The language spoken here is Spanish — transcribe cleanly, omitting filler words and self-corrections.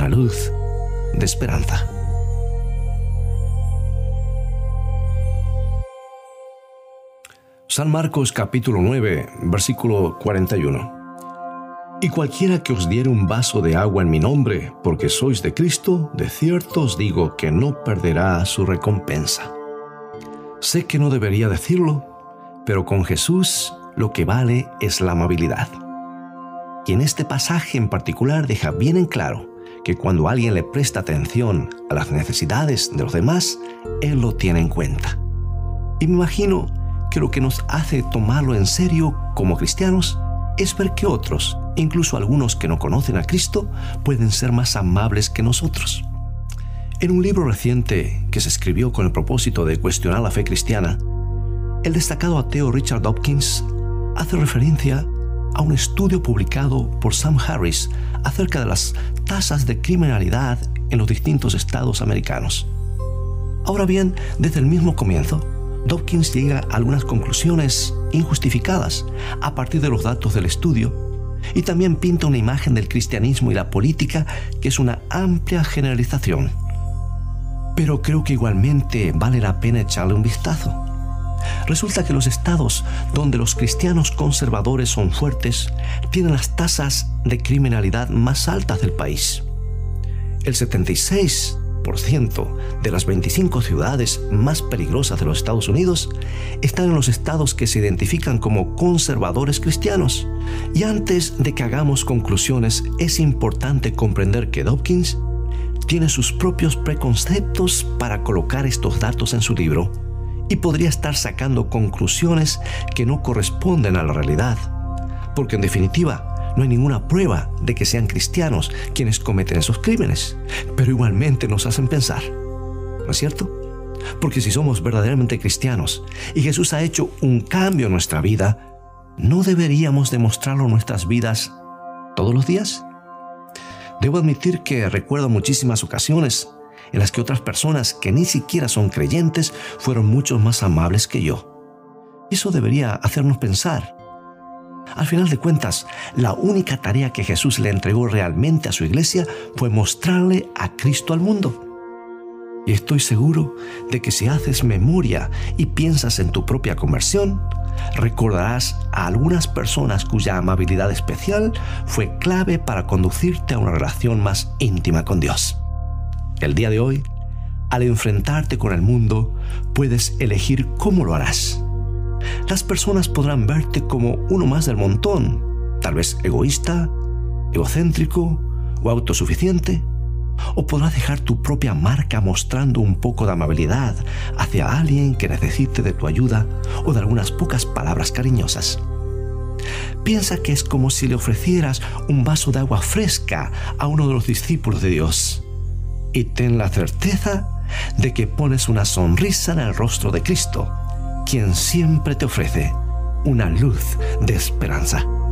una luz de esperanza. San Marcos capítulo 9, versículo 41. Y cualquiera que os diere un vaso de agua en mi nombre, porque sois de Cristo, de cierto os digo que no perderá su recompensa. Sé que no debería decirlo, pero con Jesús lo que vale es la amabilidad. Y en este pasaje en particular deja bien en claro que cuando alguien le presta atención a las necesidades de los demás, Él lo tiene en cuenta. Y me imagino que lo que nos hace tomarlo en serio como cristianos es ver que otros, incluso algunos que no conocen a Cristo, pueden ser más amables que nosotros. En un libro reciente que se escribió con el propósito de cuestionar la fe cristiana, el destacado ateo Richard Dawkins hace referencia a un estudio publicado por Sam Harris acerca de las tasas de criminalidad en los distintos estados americanos. Ahora bien, desde el mismo comienzo, Dawkins llega a algunas conclusiones injustificadas a partir de los datos del estudio y también pinta una imagen del cristianismo y la política que es una amplia generalización. Pero creo que igualmente vale la pena echarle un vistazo. Resulta que los estados donde los cristianos conservadores son fuertes tienen las tasas de criminalidad más altas del país. El 76% de las 25 ciudades más peligrosas de los Estados Unidos están en los estados que se identifican como conservadores cristianos. Y antes de que hagamos conclusiones, es importante comprender que Dawkins tiene sus propios preconceptos para colocar estos datos en su libro y podría estar sacando conclusiones que no corresponden a la realidad, porque en definitiva no hay ninguna prueba de que sean cristianos quienes cometen esos crímenes, pero igualmente nos hacen pensar, ¿no es cierto? Porque si somos verdaderamente cristianos y Jesús ha hecho un cambio en nuestra vida, ¿no deberíamos demostrarlo en nuestras vidas todos los días? Debo admitir que recuerdo muchísimas ocasiones en las que otras personas que ni siquiera son creyentes fueron mucho más amables que yo. Eso debería hacernos pensar. Al final de cuentas, la única tarea que Jesús le entregó realmente a su iglesia fue mostrarle a Cristo al mundo. Y estoy seguro de que si haces memoria y piensas en tu propia conversión, recordarás a algunas personas cuya amabilidad especial fue clave para conducirte a una relación más íntima con Dios. El día de hoy, al enfrentarte con el mundo, puedes elegir cómo lo harás. Las personas podrán verte como uno más del montón, tal vez egoísta, egocéntrico o autosuficiente, o podrás dejar tu propia marca mostrando un poco de amabilidad hacia alguien que necesite de tu ayuda o de algunas pocas palabras cariñosas. Piensa que es como si le ofrecieras un vaso de agua fresca a uno de los discípulos de Dios. Y ten la certeza de que pones una sonrisa en el rostro de Cristo, quien siempre te ofrece una luz de esperanza.